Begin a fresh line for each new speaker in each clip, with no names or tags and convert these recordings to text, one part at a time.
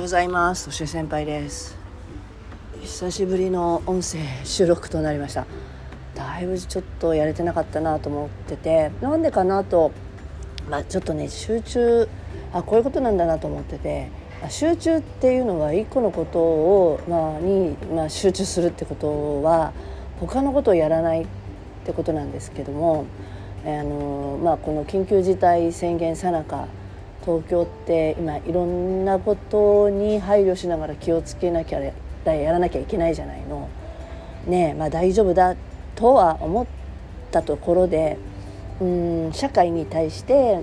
ざいます。としえ先輩です。久しぶりの音声収録となりました。だいぶちょっとやれてなかったなと思ってて、なんでかなと、ちょっとね集中こういうことなんだなと思ってて、集中っていうのは一個のことを、に集中するってことは他のことをやらないってことなんですけども、この緊急事態宣言さなか東京って今いろんなことに配慮しながら気をつけなきゃやらなきゃいけないじゃないのね。大丈夫だとは思ったところで、社会に対して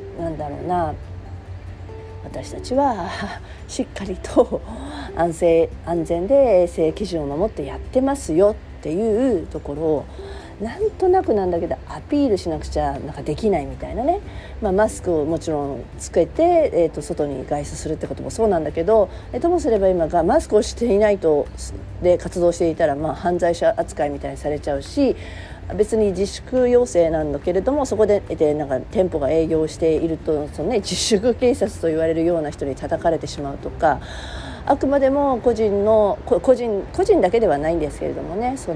私たちはしっかりと安全で衛生基準を守ってやってますよっていうところをなんとなくなんだけどアピールしなくちゃできないみたいなね。マスクをもちろんつけて、外に外出するってこともそうなんだけど、ともすれば今がマスクをしていないとで活動していたら、犯罪者扱いみたいにされちゃうし、別に自粛要請なんだけれどもそこで、店舗が営業していると自粛警察と言われるような人に叩かれてしまうとか、あくまでも個人だけではないんですけれどもね、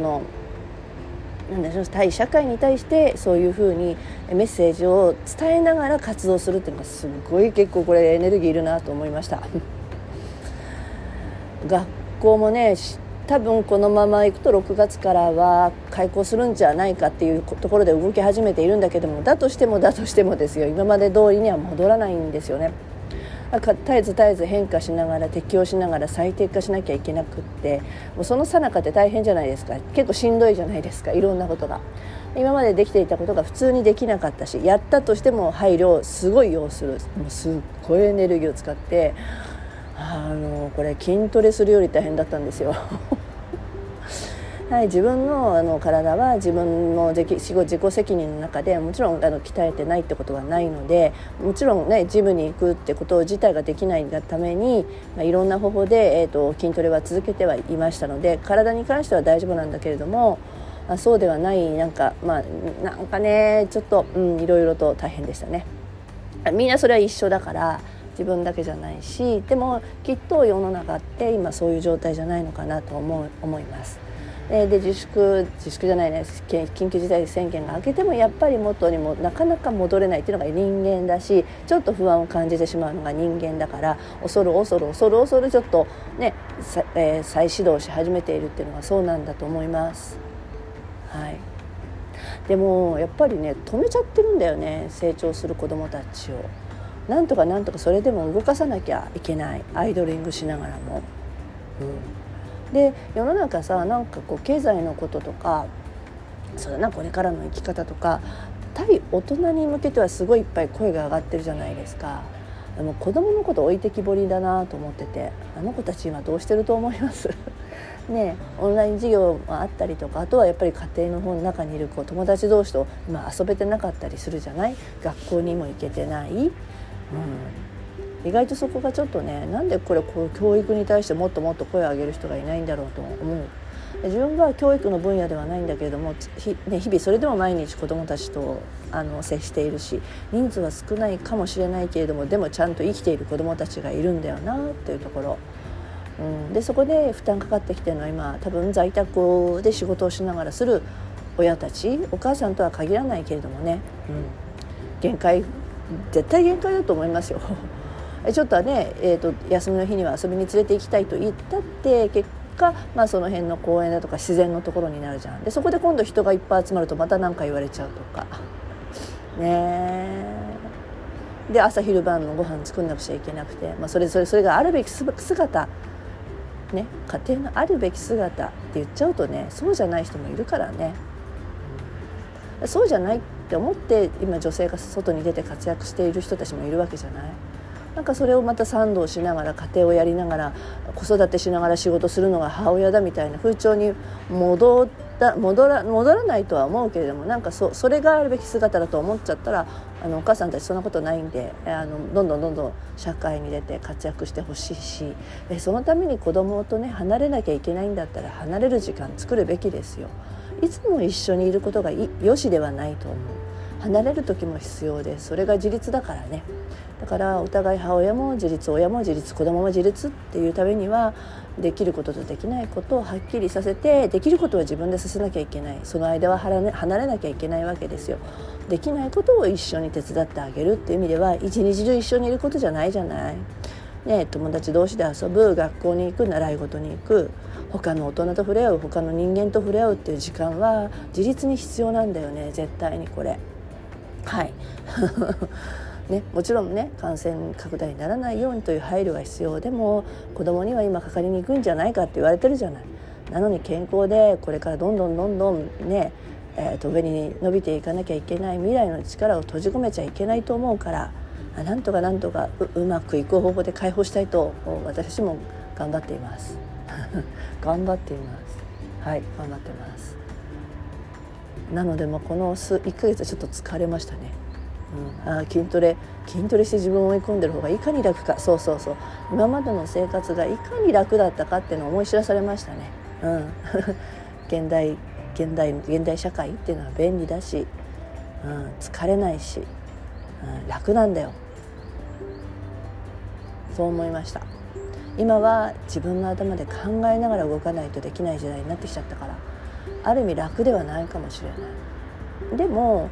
対社会に対してそういうふうにメッセージを伝えながら活動するっていうのがすごい結構これエネルギーいるなと思いました学校もね多分このままいくと6月からは開校するんじゃないかっていうところで動き始めているんだけども、だとしてもですよ、今まで通りには戻らないんですよね。絶えず変化しながら適応しながら最適化しなきゃいけなくって、もうその最中って大変じゃないですか。結構しんどいじゃないですか。いろんなことが今までできていたことが普通にできなかったし、やったとしても配慮すごい要する、もうすっごいエネルギーを使ってこれ筋トレするより大変だったんですよはい、自分の体は自分の自己責任の中でもちろん鍛えてないってことはないので、もちろんねジムに行くってこと自体ができないために、いろんな方法で、筋トレは続けてはいましたので、体に関しては大丈夫なんだけれども、そうではないちょっと、いろいろと大変でしたね。みんなそれは一緒だから自分だけじゃないし、でもきっと世の中って今そういう状態じゃないのかなと思います。で自粛じゃないね、緊急事態宣言が明けてもやっぱり元にもなかなか戻れないっていうのが人間だし、ちょっと不安を感じてしまうのが人間だから、恐るちょっとね、再始動し始めているっていうのがそうなんだと思います。はい。でもやっぱりね止めちゃってるんだよね、成長する子どもたちを。なんとかそれでも動かさなきゃいけない、アイドリングしながらも。で世の中さ、経済のこととかこれからの生き方とか対大人に向けてはすごいいっぱい声が上がってるじゃないですか。でも子供のこと置いてきぼりだなと思ってて、あの子たち今どうしてると思いますね。オンライン授業もあったりとか、あとはやっぱり家庭の方の中にいる友達同士と今遊べてなかったりするじゃない。学校にも行けてない、意外とそこがちょっとね、なんでこう教育に対してもっと声を上げる人がいないんだろうと思う。自分は教育の分野ではないんだけれども、日々それでも毎日子どもたちと接しているし、人数は少ないかもしれないけれども、でもちゃんと生きている子どもたちがいるんだよなっていうところ、でそこで負担かかってきてるのは今多分在宅で仕事をしながらする親たち、お母さんとは限らないけれどもね、絶対限界だと思いますよちょっとはね、休みの日には遊びに連れて行きたいと言ったって結果、その辺の公園だとか自然のところになるじゃん。でそこで今度人がいっぱい集まるとまた何か言われちゃうとかね。で朝昼晩のご飯作んなくちゃいけなくて、それがあるべき姿ね、家庭のあるべき姿って言っちゃうとね、そうじゃない人もいるからね。そうじゃないって思って今女性が外に出て活躍している人たちもいるわけじゃない。それをまた賛同しながら家庭をやりながら子育てしながら仕事するのが母親だみたいな風潮に戻らないとは思うけれども、それがあるべき姿だと思っちゃったらお母さんたちそんなことないんで、どんどん社会に出て活躍してほしいし、そのために子供とね離れなきゃいけないんだったら離れる時間作るべきですよ。いつも一緒にいることがよしではないと思う。 離れる時も必要で、それが自立だからね。だからお互い母親も自立、親も自立、子供も自立っていうためには、できることとできないことをはっきりさせて、できることは自分でさせなきゃいけない、その間は離れなきゃいけないわけですよ。できないことを一緒に手伝ってあげるっていう意味では、一日中一緒にいることじゃないじゃないね。友達同士で遊ぶ、学校に行く、習い事に行く、他の大人と触れ合う、他の人間と触れ合うっていう時間は自立に必要なんだよね、絶対にこれ。はいね、もちろんね、感染拡大にならないようにという配慮が必要でも、子供には今かかりにくいんじゃないかって言われてるじゃない。なのに健康でこれからどんどんね、上に伸びていかなきゃいけない未来の力を閉じ込めちゃいけないと思うから、なんとかうまくいく方法で解放したいと私も頑張っています頑張っています。はい、頑張ってます。なのでこの1ヶ月はちょっと疲れましたね。筋トレして自分を追い込んでる方がいかに楽か、そう今までの生活がいかに楽だったかっていうのを思い知らされましたね。現代社会っていうのは便利だし、疲れないし、楽なんだよ。そう思いました。今は自分の頭で考えながら動かないとできない時代になってきちゃったから、ある意味楽ではないかもしれない。でも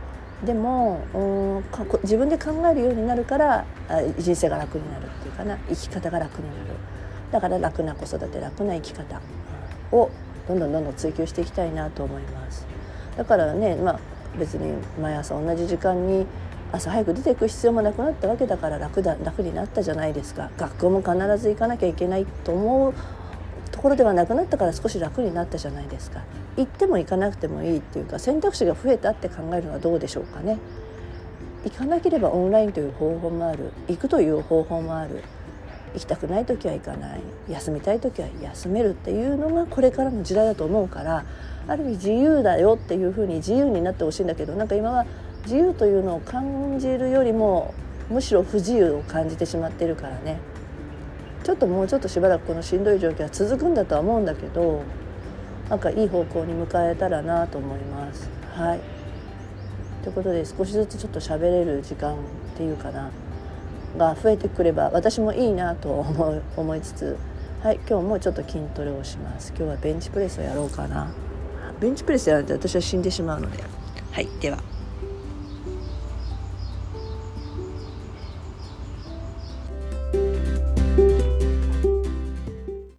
自分で考えるようになるから人生が楽になるっていうかな、生き方が楽になる。だから楽な子育て、楽な生き方をどんどん追求していきたいなと思います。だからね、別に毎朝同じ時間に朝早く出ていく必要もなくなったわけだから、楽になったじゃないですか。学校も必ず行かなきゃいけないと思うところではなくなったから少し楽になったじゃないですか。行っても行かなくてもいいっていうか、選択肢が増えたって考えるのはどうでしょうかね。行かなければオンラインという方法もある、行くという方法もある、行きたくない時は行かない、休みたい時は休めるっていうのがこれからの時代だと思うから、ある意味自由だよっていうふうに自由になってほしいんだけど、今は自由というのを感じるよりもむしろ不自由を感じてしまっているからね。もうちょっとしばらくこのしんどい状況は続くんだとは思うんだけど、いい方向に向かえたらなと思います。はい、ということで、少しずつちょっと喋れる時間っていうかなが増えてくれば私もいいなと思いつつ、はい、今日もちょっと筋トレをします。今日はベンチプレスをやろうかな。ベンチプレスやらないと私は死んでしまうので。はい、では。